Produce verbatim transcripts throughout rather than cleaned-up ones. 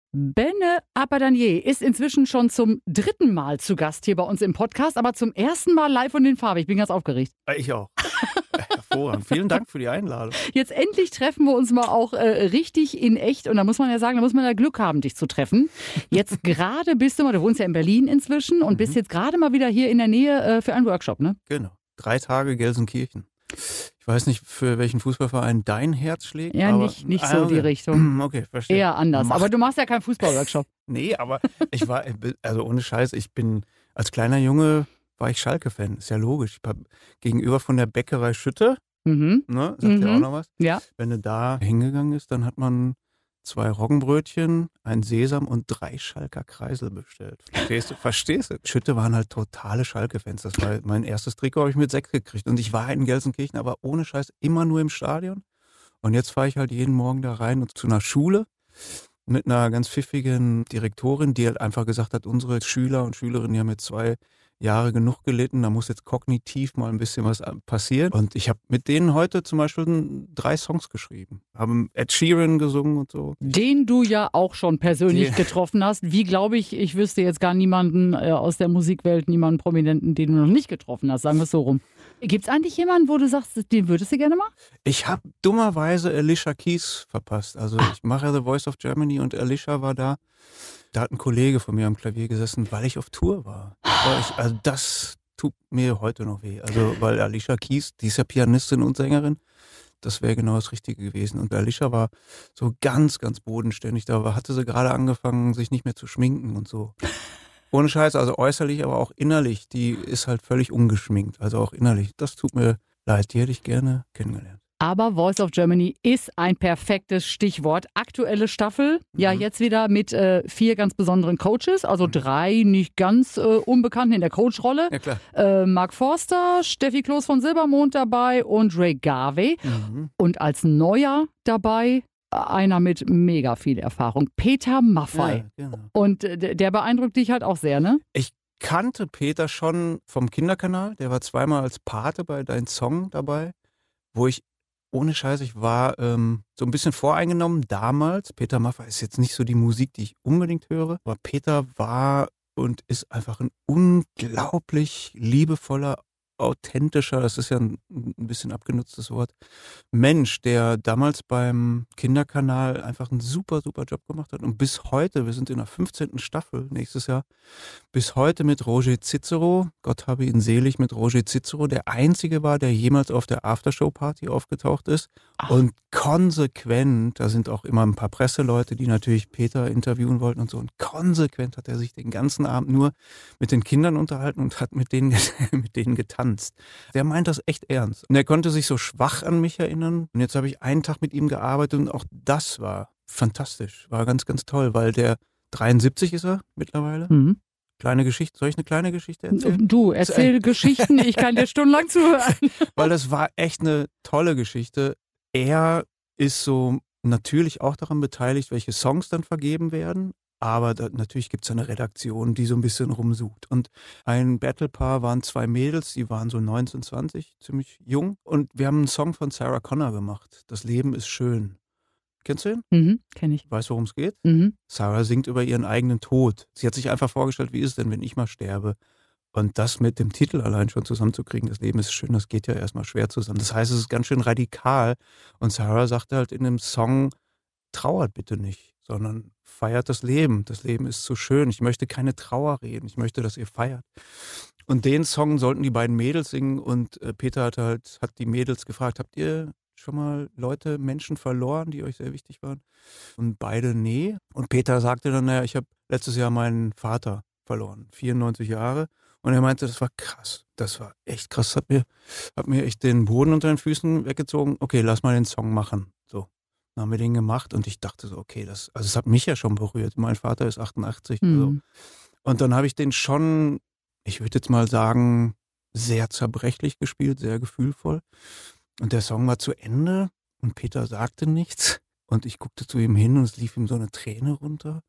Benne Abadanier ist inzwischen schon zum dritten Mal zu Gast hier bei uns im Podcast, aber zum ersten Mal live und in Farbe. Ich bin ganz aufgeregt. Ich auch. Hervorragend. Vielen Dank für die Einladung. Jetzt endlich treffen wir uns mal auch äh, richtig in echt. Und da muss man ja sagen, da muss man ja Glück haben, dich zu treffen. Jetzt gerade bist du mal, du wohnst ja in Berlin inzwischen und mhm. bist jetzt gerade mal wieder hier in der Nähe äh, für einen Workshop, ne? Genau. Drei Tage Gelsenkirchen. Ich weiß nicht, für welchen Fußballverein dein Herz schlägt. Ja, aber, nicht, nicht ah, so okay. die Richtung. Okay, verstehe. Eher anders. Macht. Aber du machst ja keinen Fußballworkshop. Nee, aber ich war, also ohne Scheiß, ich bin, als kleiner Junge war ich Schalke-Fan. Ist ja logisch. Ich war gegenüber von der Bäckerei Schütte, Mhm. ne, sagt Mhm. ja auch noch was. Ja. Wenn du da hingegangen ist, dann hat man zwei Roggenbrötchen, ein Sesam und drei Schalker Kreisel bestellt. Verstehst du? Verstehst du? Schütte waren halt totale Schalke-Fans. Das war mein erstes Trikot, habe ich mit sechs gekriegt. Und ich war in Gelsenkirchen, aber ohne Scheiß immer nur im Stadion. Und jetzt fahre ich halt jeden Morgen da rein und zu einer Schule mit einer ganz pfiffigen Direktorin, die halt einfach gesagt hat, unsere Schüler und Schülerinnen, die haben jetzt zwei Jahre genug gelitten, da muss jetzt kognitiv mal ein bisschen was passieren. Und ich habe mit denen heute zum Beispiel drei Songs geschrieben. Haben Ed Sheeran gesungen und so. Den du ja auch schon persönlich Die- getroffen hast. Wie, glaube ich, ich wüsste jetzt gar niemanden äh, aus der Musikwelt, niemanden Prominenten, den du noch nicht getroffen hast, sagen wir es so rum. Gibt es eigentlich jemanden, wo du sagst, den würdest du gerne mal? Ich habe dummerweise Alicia Keys verpasst. Also ich mache ja The Voice of Germany und Alicia war da. Da hat ein Kollege von mir am Klavier gesessen, weil ich auf Tour war. Aber ich, also das tut mir heute noch weh. Also weil Alicia Keys, die ist ja Pianistin und Sängerin, das wäre genau das Richtige gewesen. Und Alicia war so ganz, ganz bodenständig. Da hatte sie gerade angefangen, sich nicht mehr zu schminken und so. Ohne Scheiß, also äußerlich, aber auch innerlich. Die ist halt völlig ungeschminkt, also auch innerlich. Das tut mir leid, die hätte ich gerne kennengelernt. Aber Voice of Germany ist ein perfektes Stichwort. Aktuelle Staffel, Mhm. ja jetzt wieder mit äh, vier ganz besonderen Coaches, also Mhm. drei nicht ganz äh, Unbekannten in der Coachrolle. Ja, klar. Äh, Mark Forster, Steffi Kloß von Silbermond dabei und Ray Garvey. Mhm. Und als Neuer dabei einer mit mega viel Erfahrung, Peter Maffay. Ja, genau. Und äh, der beeindruckt dich halt auch sehr, ne? Ich kannte Peter schon vom Kinderkanal. Der war zweimal als Pate bei Dein Song dabei, wo ich, ohne Scheiß, ich war ähm, so ein bisschen voreingenommen damals. Peter Maffay ist jetzt nicht so die Musik, die ich unbedingt höre, aber Peter war und ist einfach ein unglaublich liebevoller, authentischer, das ist ja ein, ein bisschen abgenutztes Wort, Mensch, der damals beim Kinderkanal einfach einen super, super Job gemacht hat und bis heute, wir sind in der fünfzehnten Staffel nächstes Jahr, bis heute mit Roger Cicero, Gott habe ihn selig, mit Roger Cicero, der einzige war, der jemals auf der Aftershow-Party aufgetaucht ist. Ach. Und konsequent, da sind auch immer ein paar Presseleute, die natürlich Peter interviewen wollten und so, und konsequent hat er sich den ganzen Abend nur mit den Kindern unterhalten und hat mit denen, mit denen getanzt. Der meint das echt ernst. Und er konnte sich so schwach an mich erinnern. Und jetzt habe ich einen Tag mit ihm gearbeitet und auch das war fantastisch, war ganz, ganz toll, weil der dreiundsiebzig ist er mittlerweile. Mhm. Kleine Geschichte, soll ich eine kleine Geschichte erzählen? Du, erzähl Geschichten, ich kann dir stundenlang zuhören. Weil das war echt eine tolle Geschichte. Er ist so natürlich auch daran beteiligt, welche Songs dann vergeben werden. Aber da, natürlich gibt es eine Redaktion, die so ein bisschen rumsucht. Und ein Battlepaar waren zwei Mädels, die waren so neunzehn, zwanzig, ziemlich jung. Und wir haben einen Song von Sarah Connor gemacht. Das Leben ist schön. Kennst du ihn? Mhm, kenn ich. Weißt du, worum es geht? Mhm. Sarah singt über ihren eigenen Tod. Sie hat sich einfach vorgestellt, wie ist es denn, wenn ich mal sterbe? Und das mit dem Titel allein schon zusammenzukriegen, das Leben ist schön, das geht ja erstmal schwer zusammen. Das heißt, es ist ganz schön radikal. Und Sarah sagte halt in dem Song, trauert bitte nicht, sondern feiert das Leben. Das Leben ist so schön. Ich möchte keine Trauer reden. Ich möchte, dass ihr feiert. Und den Song sollten die beiden Mädels singen. Und äh, Peter hat halt hat die Mädels gefragt, habt ihr schon mal Leute, Menschen verloren, die euch sehr wichtig waren? Und beide nee. Und Peter sagte dann, naja, ich habe letztes Jahr meinen Vater verloren, vierundneunzig Jahre. Und er meinte, das war krass. Das war echt krass. Hat mir, hat mir echt den Boden unter den Füßen weggezogen. Okay, lass mal den Song machen. So. Dann haben wir den gemacht und ich dachte so, okay, das, also es hat mich ja schon berührt. Mein Vater ist achtundachtzig. Mhm. Also. Und dann habe ich den schon, ich würde jetzt mal sagen, sehr zerbrechlich gespielt, sehr gefühlvoll. Und der Song war zu Ende und Peter sagte nichts. Und ich guckte zu ihm hin und es lief ihm so eine Träne runter.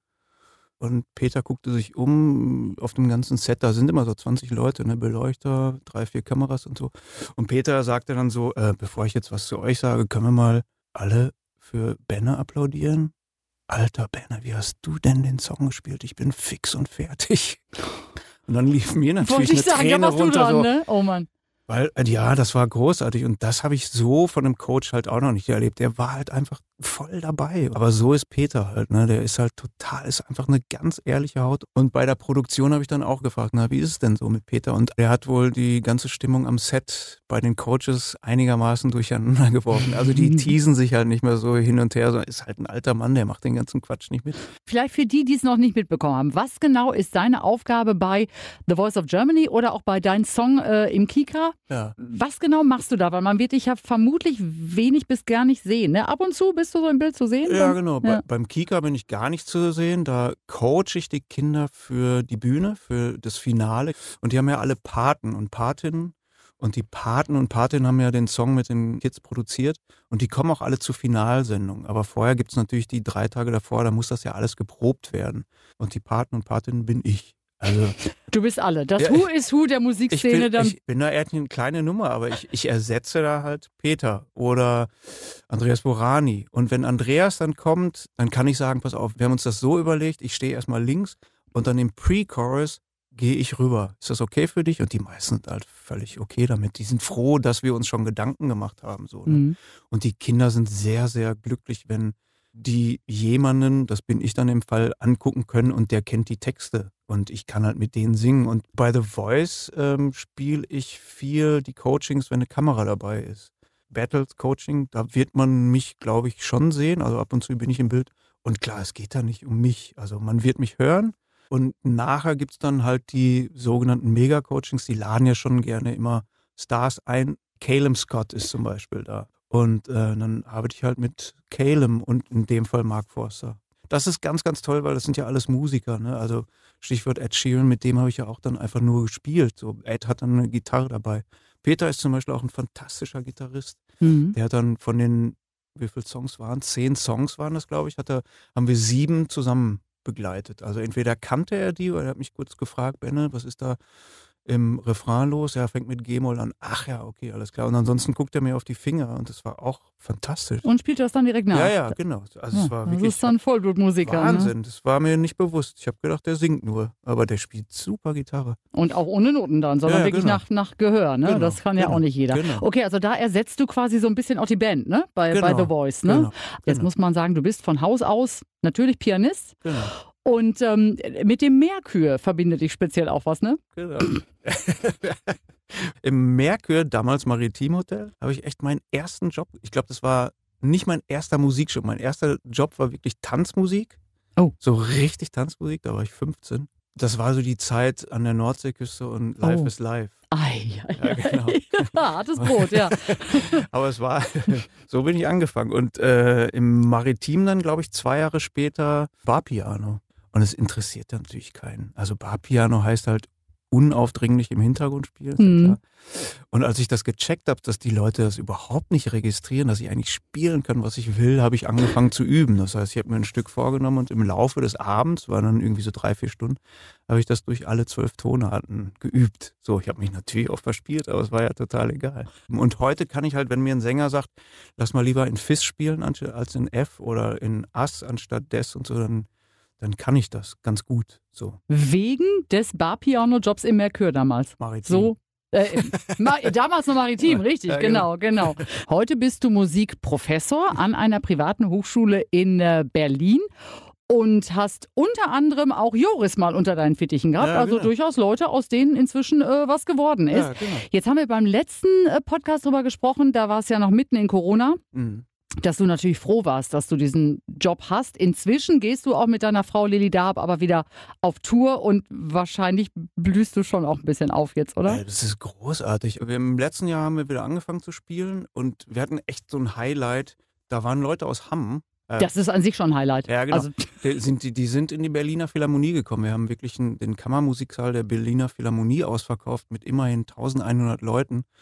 Und Peter guckte sich um auf dem ganzen Set, da sind immer so zwanzig Leute, ne, Beleuchter, drei, vier Kameras und so. Und Peter sagte dann so, äh, bevor ich jetzt was zu euch sage, können wir mal alle für Benne applaudieren? Alter Berner, wie hast du denn den Song gespielt? Ich bin fix und fertig. Und dann lief mir natürlich Wollte eine ich sagen, Träne da warst du runter. dran, So, ne? Oh Mann. weil, äh, ja, das war großartig und das habe ich so von einem Coach halt auch noch nicht erlebt. Der war halt einfach voll dabei. Aber so ist Peter halt, ne? Der ist halt total, ist einfach eine ganz ehrliche Haut. Und bei der Produktion habe ich dann auch gefragt, na, wie ist es denn so mit Peter? Und er hat wohl die ganze Stimmung am Set bei den Coaches einigermaßen durcheinander geworfen. Also die teasen sich halt nicht mehr so hin und her, sondern ist halt ein alter Mann, der macht den ganzen Quatsch nicht mit. Vielleicht für die, die es noch nicht mitbekommen haben, was genau ist deine Aufgabe bei The Voice of Germany oder auch bei deinem Song äh, im Kika? Ja. Was genau machst du da? Weil man wird dich ja vermutlich wenig bis gar nicht sehen. Ne? Ab und zu bist du so im Bild zu sehen? Ja, dann? genau. Ja. Bei, beim Kika bin ich gar nicht zu sehen. Da coache ich die Kinder für die Bühne, für das Finale. Und die haben ja alle Paten und Patinnen. Und die Paten und Patinnen haben ja den Song mit den Kids produziert. Und die kommen auch alle zur Finalsendung. Aber vorher gibt es natürlich die drei Tage davor, da muss das ja alles geprobt werden. Und die Paten und Patinnen bin ich. Also, du bist alle. Das ja, Who is Who der ich Musikszene bin, dann. ich bin da eher eine kleine Nummer, aber ich, ich ersetze da halt Peter oder Andreas Borani. Und wenn Andreas dann kommt, dann kann ich sagen, pass auf, wir haben uns das so überlegt, ich stehe erstmal links und dann im Pre-Chorus gehe ich rüber. Ist das okay für dich? Und die meisten sind halt völlig okay damit. Die sind froh, dass wir uns schon Gedanken gemacht haben. So, ne? Mhm. Und die Kinder sind sehr, sehr glücklich, wenn die jemanden, das bin ich dann im Fall, angucken können und der kennt die Texte und ich kann halt mit denen singen. Und bei The Voice ähm, spiele ich viel die Coachings, wenn eine Kamera dabei ist. Battles Coaching, da wird man mich, glaube ich, schon sehen. Also ab und zu bin ich im Bild. Und klar, es geht da nicht um mich. Also man wird mich hören. Und nachher gibt es dann halt die sogenannten Mega-Coachings. Die laden ja schon gerne immer Stars ein. Calum Scott ist zum Beispiel da. Und äh, dann arbeite ich halt mit Calum und in dem Fall Mark Forster. Das ist ganz, ganz toll, weil das sind ja alles Musiker. Ne? Also Stichwort Ed Sheeran, mit dem habe ich ja auch dann einfach nur gespielt. So, Ed hat dann eine Gitarre dabei. Peter ist zum Beispiel auch ein fantastischer Gitarrist. Mhm. Der hat dann von den, wie viele Songs waren? Zehn Songs waren das, glaube ich, hat er, haben wir sieben zusammen begleitet. Also entweder kannte er die oder er hat mich kurz gefragt, Benne, was ist da im Refrain los? Ja, fängt mit G-Moll an. Ach ja, okay, alles klar. Und ansonsten guckt er mir auf die Finger und das war auch fantastisch. Und spielt das dann direkt nach? Ja, ja, genau. Also Ja, es war das wirklich ist dann Vollblutmusiker. Wahnsinn. Ne? Das war mir nicht bewusst. Ich habe gedacht, der singt nur. Aber der spielt super Gitarre. Und auch ohne Noten dann, sondern Ja, ja, wirklich genau. nach, nach Gehör. Ne? Genau, Das kann ja genau, auch nicht jeder. genau. Okay, also da ersetzt du quasi so ein bisschen auch die Band, ne? Bei, Genau, bei The Voice. Ne? genau, Jetzt genau. muss man sagen, du bist von Haus aus natürlich Pianist. Genau. Und ähm, mit dem Merkur verbindet dich speziell auch was, ne? Genau. Im Merkur, damals Maritim Hotel, habe ich echt meinen ersten Job. Ich glaube, das war nicht mein erster Musikjob. Mein erster Job war wirklich Tanzmusik. Oh. So richtig Tanzmusik, da war ich fünfzehn. Das war so die Zeit an der Nordseeküste und Life Oh. is Life. Ei, ei, Ja, genau. ja, hartes Brot, ja. Aber es war, so bin ich angefangen. Und äh, im Maritim dann, glaube ich, zwei Jahre später Barpiano. Und es interessiert natürlich keinen. Also Barpiano heißt halt unaufdringlich im Hintergrund spielen. Ist ja Mhm. klar. Und als ich das gecheckt habe, dass die Leute das überhaupt nicht registrieren, dass ich eigentlich spielen kann, was ich will, habe ich angefangen zu üben. Das heißt, ich habe mir ein Stück vorgenommen und im Laufe des Abends, waren dann irgendwie so drei, vier Stunden, habe ich das durch alle zwölf Tonarten geübt. So, ich habe mich natürlich auch verspielt, aber es war ja total egal. Und heute kann ich halt, wenn mir ein Sänger sagt, lass mal lieber in Fis spielen als in F oder in Ass anstatt Des und so, dann dann kann ich das ganz gut. So. Wegen des Barpiano-Jobs im Merkur damals. Maritim. So. Äh, ma, damals noch Maritim, richtig, Ja, genau, genau. Heute bist du Musikprofessor an einer privaten Hochschule in äh, Berlin und hast unter anderem auch Joris mal unter deinen Fittichen gehabt. Ja, also genau. durchaus Leute, aus denen inzwischen äh, was geworden ist. Ja, genau. Jetzt haben wir beim letzten äh, Podcast drüber gesprochen, da war es ja noch mitten in Corona. Mhm. Dass du natürlich froh warst, dass du diesen Job hast. Inzwischen gehst du auch mit deiner Frau Lilly Darb aber wieder auf Tour und wahrscheinlich blühst du schon auch ein bisschen auf jetzt, oder? Ja, das ist großartig. Wir, Im letzten Jahr haben wir wieder angefangen zu spielen und wir hatten echt so ein Highlight. Da waren Leute aus Hamm. Äh, Das ist an sich schon ein Highlight. ja, genau. Also, die, sind, die, die sind in die Berliner Philharmonie gekommen. Wir haben wirklich einen, den Kammermusiksaal der Berliner Philharmonie ausverkauft mit immerhin eintausendeinhundert Leuten.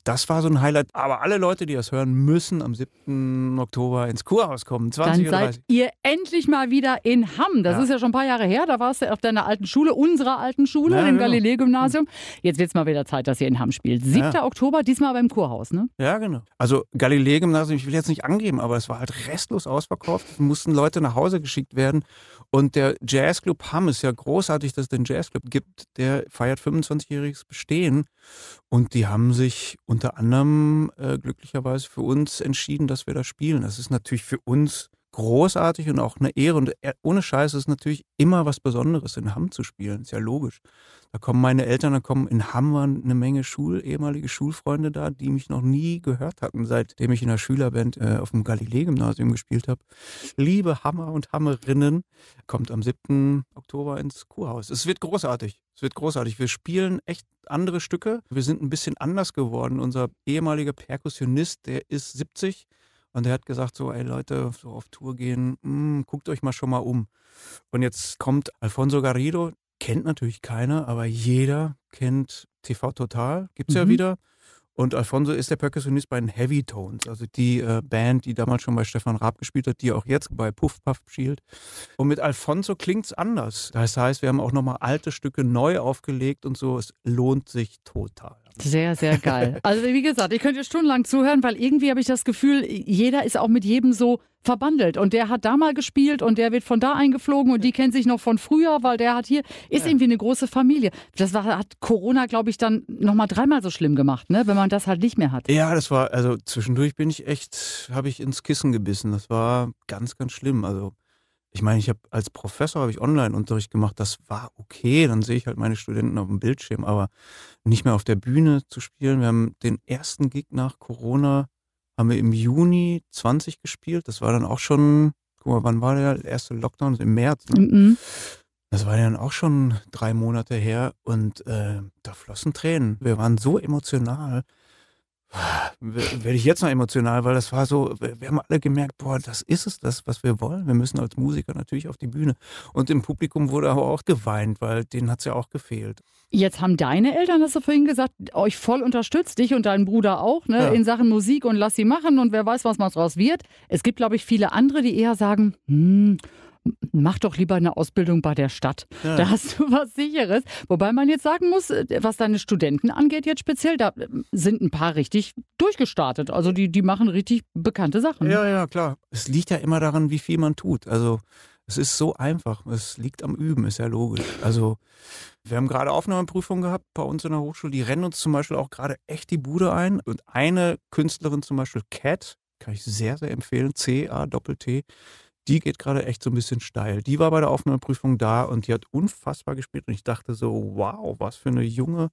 das war so ein Highlight. Aber alle Leute, die das hören, müssen am siebten Oktober ins Kurhaus kommen. zwanzig Uhr Dann dreißig. seid ihr endlich mal wieder in Hamm. Das Ja. ist ja schon ein paar Jahre her. Da warst du auf deiner alten Schule, unserer alten Schule, Ja, dem genau. Galilei-Gymnasium. Jetzt wird es mal wieder Zeit, dass ihr in Hamm spielt. siebter Oktober, diesmal beim Kurhaus, ne? Ja, genau. Also Galilei-Gymnasium, ich will jetzt nicht angeben, aber es war halt restlos ausverkauft. Es mussten Leute nach Hause geschickt werden. Und der Jazzclub Hamm ist ja großartig, dass es den Jazzclub gibt. Der feiert fünfundzwanzigjähriges Bestehen. Und die haben sich unter anderem äh, glücklicherweise für uns entschieden, dass wir da spielen. Das ist natürlich für uns großartig und auch eine Ehre. Und äh, ohne Scheiß ist es natürlich immer was Besonderes, in Hamm zu spielen. Ist ja logisch. Da kommen meine Eltern, da kommen in Hamm waren eine Menge Schul, ehemalige Schulfreunde da, die mich noch nie gehört hatten, seitdem ich in der Schülerband äh, auf dem Galilei-Gymnasium gespielt habe. Liebe Hammer und Hammerinnen, kommt am siebten Oktober ins Kurhaus. Es wird großartig. Es wird großartig. Wir spielen echt andere Stücke. Wir sind ein bisschen anders geworden. Unser ehemaliger Perkussionist, der ist siebzig und der hat gesagt so, ey Leute, so auf Tour gehen, mh, guckt euch mal schon mal um. Und jetzt kommt Alfonso Garrido, kennt natürlich keiner, aber jeder kennt T V Total, gibt's Mhm. ja wieder. Und Alfonso ist der Perkussionist bei den Heavy Tones, also die äh, Band, die damals schon bei Stefan Raab gespielt hat, die auch jetzt bei Puff Puff spielt. Und mit Alfonso klingt's anders. Das heißt, wir haben auch nochmal alte Stücke neu aufgelegt und so. Es lohnt sich total. Sehr, sehr geil. Also wie gesagt, ich könnte stundenlang zuhören, weil irgendwie habe ich das Gefühl, jeder ist auch mit jedem so verbandelt. Und der hat da mal gespielt und der wird von da eingeflogen und die kennt sich noch von früher, weil der hat hier, ist Ja. irgendwie eine große Familie. Das war, hat Corona, glaube ich, dann nochmal dreimal so schlimm gemacht, ne? Wenn man das halt nicht mehr hat. Ja, das war, also zwischendurch bin ich echt, habe ich ins Kissen gebissen. Das war ganz, ganz schlimm. Also ich meine, ich habe als Professor habe ich Online-Unterricht gemacht. Das war okay. Dann sehe ich halt meine Studenten auf dem Bildschirm, aber nicht mehr auf der Bühne zu spielen. Wir haben den ersten Gig nach Corona haben wir im Juni zwanzig gespielt. Das war dann auch schon, guck mal, wann war der erste Lockdown? Im März. Ne? Mhm. Das war dann auch schon drei Monate her und äh, da flossen Tränen. Wir waren so emotional. Werde ich jetzt noch emotional, weil das war so, wir haben alle gemerkt, boah, das ist es, das, was wir wollen. Wir müssen als Musiker natürlich auf die Bühne. Und im Publikum wurde aber auch geweint, weil denen hat es ja auch gefehlt. Jetzt haben deine Eltern, hast du vorhin gesagt, euch voll unterstützt, dich und deinen Bruder auch, ne, Ja. in Sachen Musik und lass sie machen und wer weiß, was mal draus wird. Es gibt, glaube ich, viele andere, die eher sagen, hm, mach doch lieber eine Ausbildung bei der Stadt. Ja. Da hast du was Sicheres. Wobei man jetzt sagen muss, was deine Studenten angeht jetzt speziell, da sind ein paar richtig durchgestartet. Also die, die machen richtig bekannte Sachen. Ja, ja, klar. Es liegt ja immer daran, wie viel man tut. Also es ist so einfach. Es liegt am Üben, ist ja logisch. Also wir haben gerade Aufnahmeprüfungen gehabt bei uns in der Hochschule. Die rennen uns zum Beispiel auch gerade echt die Bude ein. Und eine Künstlerin zum Beispiel, Cat, kann ich sehr, sehr empfehlen, C A T T, die geht gerade echt so ein bisschen steil. Die war bei der Aufnahmeprüfung da und die hat unfassbar gespielt. Und ich dachte so, wow, was für eine junge,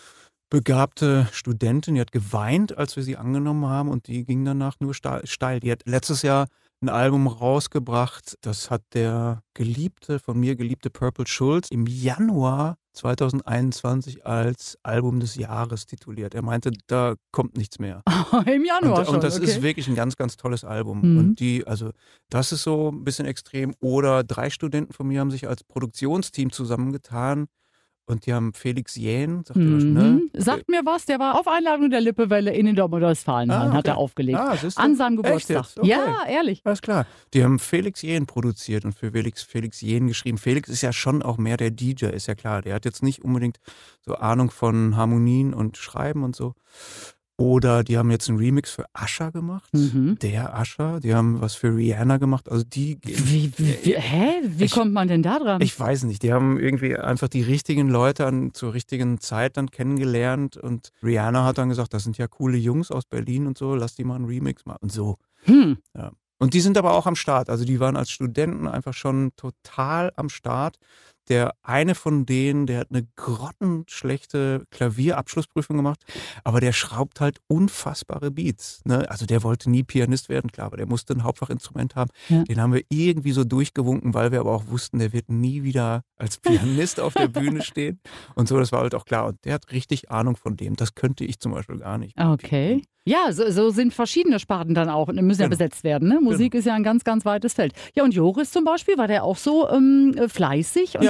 begabte Studentin. Die hat geweint, als wir sie angenommen haben und die ging danach nur steil. Die hat letztes Jahr ein Album rausgebracht. Das hat der geliebte, von mir geliebte Purple Schulz im Januar zweitausendeinundzwanzig als Album des Jahres tituliert. Er meinte, da kommt nichts mehr. Im Januar Und, schon. und das okay. ist wirklich ein ganz, ganz tolles Album. Mhm. Und die, also das ist so ein bisschen extrem. Oder drei Studenten von mir haben sich als Produktionsteam zusammengetan und die haben Felix Jähn, sagt ihr was, Mhm. ne? Sagt mir was, der war auf Einladung der Lippewelle in den Nordrhein-Westfalen-Hallen, Ah, hat er okay. aufgelegt. Ah, siehst du? An seinem Echt Geburtstag. jetzt? Okay. Ja, ehrlich. Alles klar. Die haben Felix Jähn produziert und für Felix, Felix Jähn geschrieben. Felix ist ja schon auch mehr der D J, ist ja klar. Der hat jetzt nicht unbedingt so Ahnung von Harmonien und Schreiben und so. Oder die haben jetzt einen Remix für Usher gemacht. Mhm. Der Usher. Die haben was für Rihanna gemacht. Also die. Wie, wie, wie, hä? Wie Ich- kommt man denn da dran? Ich weiß nicht. Die haben irgendwie einfach die richtigen Leute an, zur richtigen Zeit dann kennengelernt. Und Rihanna hat dann gesagt, das sind ja coole Jungs aus Berlin und so. Lass die mal einen Remix machen. Und so. hm. Und die sind aber auch am Start. Also die waren als Studenten einfach schon total am Start. Der eine von denen, der hat eine grottenschlechte Klavierabschlussprüfung gemacht, aber der schraubt halt unfassbare Beats. Ne? Also der wollte nie Pianist werden, klar, aber der musste ein Hauptfachinstrument haben. Ja. Den haben wir irgendwie so durchgewunken, weil wir aber auch wussten, der wird nie wieder als Pianist auf der Bühne stehen. Und so, das war halt auch klar. Und der hat richtig Ahnung von dem. Das könnte ich zum Beispiel gar nicht. Okay. Ja, so, so sind verschiedene Sparten dann auch, müssen ja Genau. besetzt werden. Ne? Musik ist ja ein ganz, ganz weites Feld. Ja, und Joris zum Beispiel, war der auch so ähm, fleißig und Ja.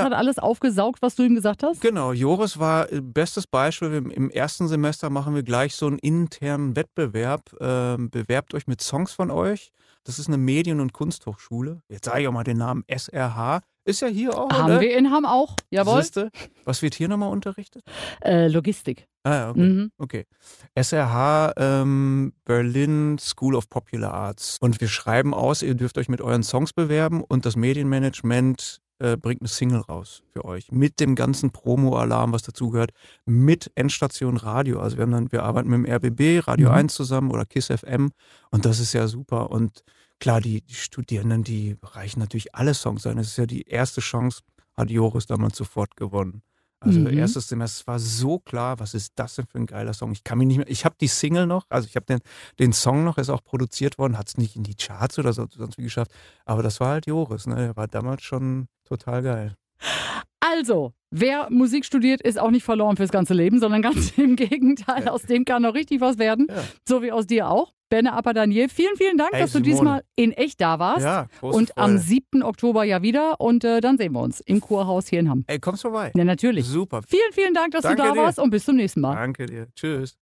hat alles aufgesaugt, was du ihm gesagt hast? Genau, Joris war äh, bestes Beispiel. Im, Im ersten Semester machen wir gleich so einen internen Wettbewerb. Ähm, bewerbt euch mit Songs von euch. Das ist eine Medien- und Kunsthochschule. Jetzt sage ich auch mal den Namen S R H. Ist ja hier auch, Haben oder? wir in Hamm auch, jawohl. Siehste? Was wird hier nochmal unterrichtet? Äh, Logistik. Ah, ja, okay. Mhm. okay. S R H, ähm, Berlin School of Popular Arts. Und wir schreiben aus, ihr dürft euch mit euren Songs bewerben und das Medienmanagement äh, bringt eine Single raus für euch. Mit dem ganzen Promo-Alarm, was dazugehört, mit Endstation Radio. Also wir haben dann, wir arbeiten mit dem R B B, Radio Mhm. eins zusammen oder KISS F M und das ist ja super. Und klar, die, die Studierenden, die reichen natürlich alle Songs ein. Das ist ja die erste Chance, hat Joris damals sofort gewonnen. Also Mhm. erstes Semester, es war so klar, was ist das denn für ein geiler Song? Ich kann mich nicht mehr, ich habe die Single noch, also ich habe den, den Song noch, ist auch produziert worden, hat es nicht in die Charts oder so, sonst wie geschafft, aber das war halt Joris, ne? Der war damals schon total geil. Also, wer Musik studiert, ist auch nicht verloren fürs ganze Leben, sondern ganz im Gegenteil. Aus dem kann noch richtig was werden. Ja. So wie aus dir auch. Benne Appadanier, vielen, vielen Dank, Ey, dass du Simone. diesmal in echt da warst. Ja, große Und am Freude. siebten Oktober ja wieder. Und äh, dann sehen wir uns im Kurhaus hier in Hamm. Ey, kommst vorbei. Ja, natürlich. Super. Vielen, vielen Dank, dass Danke du da dir. warst und bis zum nächsten Mal. Danke dir. Tschüss.